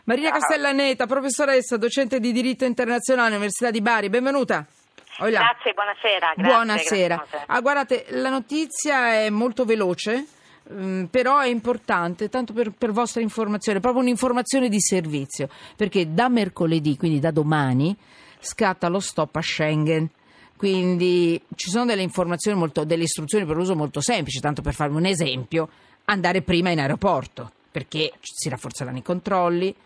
Maria Castellaneta, professoressa, docente di diritto internazionale, Università di Bari, benvenuta. Hola. Grazie, buonasera. Buonasera. Grazie. Guardate, la notizia è molto veloce, però è importante, tanto per vostra informazione, proprio un'informazione di servizio, perché da mercoledì, quindi da domani, scatta lo stop a Schengen. Quindi ci sono delle informazioni delle istruzioni per uso molto semplici, tanto per farvi un esempio, andare prima in aeroporto, perché si rafforzeranno i controlli.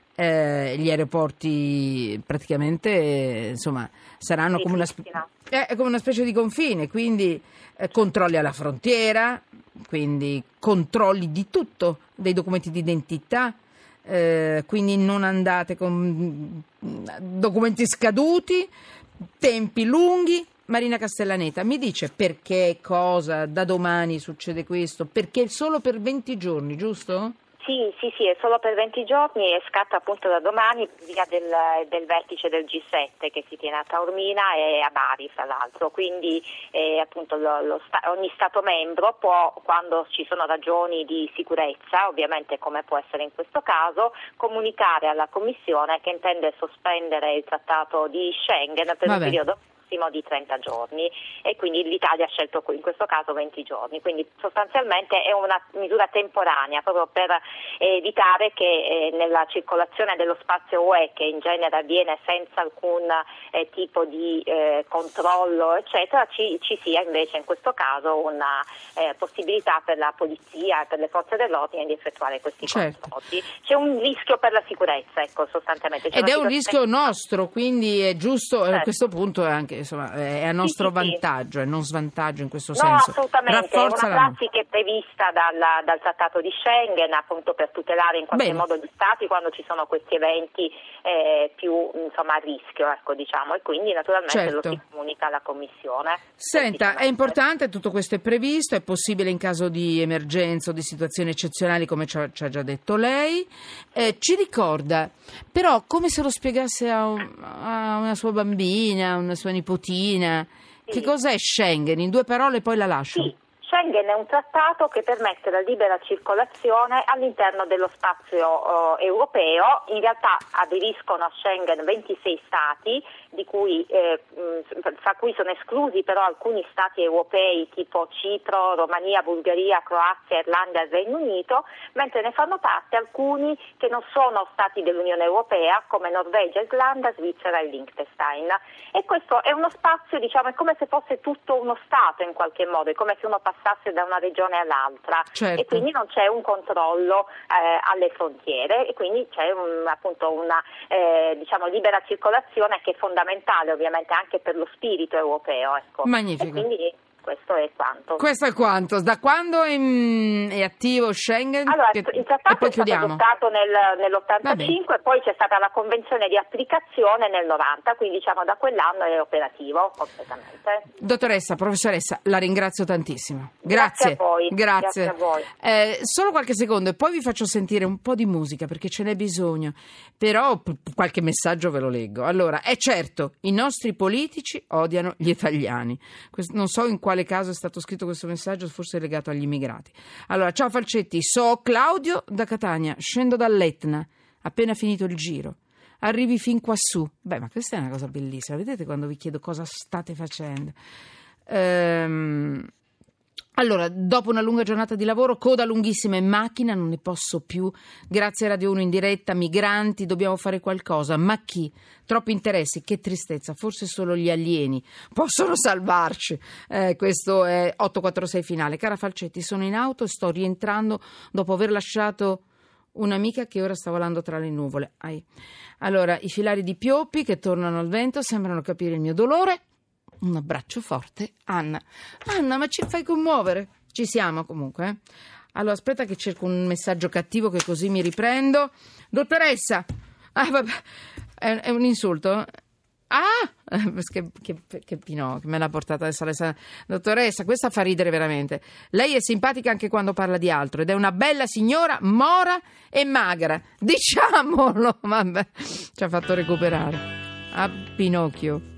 Gli aeroporti praticamente insomma saranno come una specie di confine, quindi controlli alla frontiera, quindi controlli di tutto, dei documenti di identità, quindi non andate con documenti scaduti, tempi lunghi. Marina Castellaneta mi dice perché, cosa, da domani succede questo, perché solo per 20 giorni, giusto? Sì, è solo per 20 giorni e scatta appunto da domani via del vertice del G7 che si tiene a Taormina e a Bari, fra l'altro. Quindi appunto ogni Stato membro può, quando ci sono ragioni di sicurezza, ovviamente come può essere in questo caso, comunicare alla Commissione che intende sospendere il trattato di Schengen per un periodo di 30 giorni e quindi l'Italia ha scelto in questo caso 20 giorni, quindi sostanzialmente è una misura temporanea proprio per evitare che nella circolazione dello spazio UE, che in genere avviene senza alcun tipo di controllo eccetera, ci sia invece in questo caso una possibilità per la polizia e per le forze dell'ordine di effettuare questi controlli. C'è un rischio per la sicurezza, ecco, sostanzialmente. Ed è un rischio nostro, quindi è giusto a questo punto anche insomma, è a nostro vantaggio e non svantaggio in questo senso. No, assolutamente, Rafforza è una prassi che è prevista dal Trattato di Schengen appunto per tutelare in qualche modo gli Stati quando ci sono questi eventi più insomma a rischio, ecco, diciamo, e quindi naturalmente lo si comunica alla Commissione. Senta, è importante, tutto questo è previsto, è possibile in caso di emergenza o di situazioni eccezionali come ci ha già detto lei. Ci ricorda però come se lo spiegasse a una sua bambina, a una sua nipotina. Sì. Che cos'è Schengen? In 2 parole poi la lascio. Sì. Schengen è un trattato che permette la libera circolazione all'interno dello spazio europeo. In realtà aderiscono a Schengen 26 Stati, di cui, fra cui sono esclusi però alcuni Stati europei tipo Cipro, Romania, Bulgaria, Croazia, Irlanda e Regno Unito, mentre ne fanno parte alcuni che non sono Stati dell'Unione Europea come Norvegia, Islanda, Svizzera e Liechtenstein. E questo è uno spazio, diciamo, è come se fosse tutto uno Stato in qualche modo, è come se uno passasse da una regione all'altra e quindi non c'è un controllo alle frontiere e quindi c'è appunto una diciamo libera circolazione che è fondamentale ovviamente anche per lo spirito europeo, ecco. Magnifico. E quindi questo è quanto. Questo è quanto. Da quando è attivo Schengen? Allora, il trattato è stato adottato nell'85 e poi c'è stata la convenzione di applicazione nel 90, quindi diciamo da quell'anno è operativo completamente. Dottoressa, professoressa, la ringrazio tantissimo. Grazie a voi. Grazie a voi. Solo qualche secondo e poi vi faccio sentire un po' di musica perché ce n'è bisogno, però qualche messaggio ve lo leggo. Allora, è certo, i nostri politici odiano gli italiani. Non so in quale caso è stato scritto questo messaggio, forse è legato agli immigrati. Allora, ciao Falcetti, so Claudio da Catania, scendo dall'Etna, appena finito il giro. Arrivi fin quassù. Beh, ma questa è una cosa bellissima. Vedete quando vi chiedo cosa state facendo? Allora, dopo una lunga giornata di lavoro, coda lunghissima in macchina, non ne posso più. Grazie a Radio 1 in diretta, migranti, dobbiamo fare qualcosa. Ma chi? Troppi interessi, che tristezza. Forse solo gli alieni possono salvarci. Questo è 846 finale. Cara Falcetti, sono in auto e sto rientrando dopo aver lasciato un'amica che ora sta volando tra le nuvole. Allora, i filari di Pioppi che tornano al vento sembrano capire il mio dolore. Un abbraccio forte, Anna. Anna, ma ci fai commuovere. Ci siamo comunque. Allora, aspetta che cerco un messaggio cattivo che così mi riprendo. Dottoressa! Vabbè, è un insulto? Che Pinò, che me l'ha portata adesso Alessandra. Dottoressa, questa fa ridere veramente. Lei è simpatica anche quando parla di altro ed è una bella signora, mora e magra. Diciamolo! Vabbè, ci ha fatto recuperare. A Pinocchio.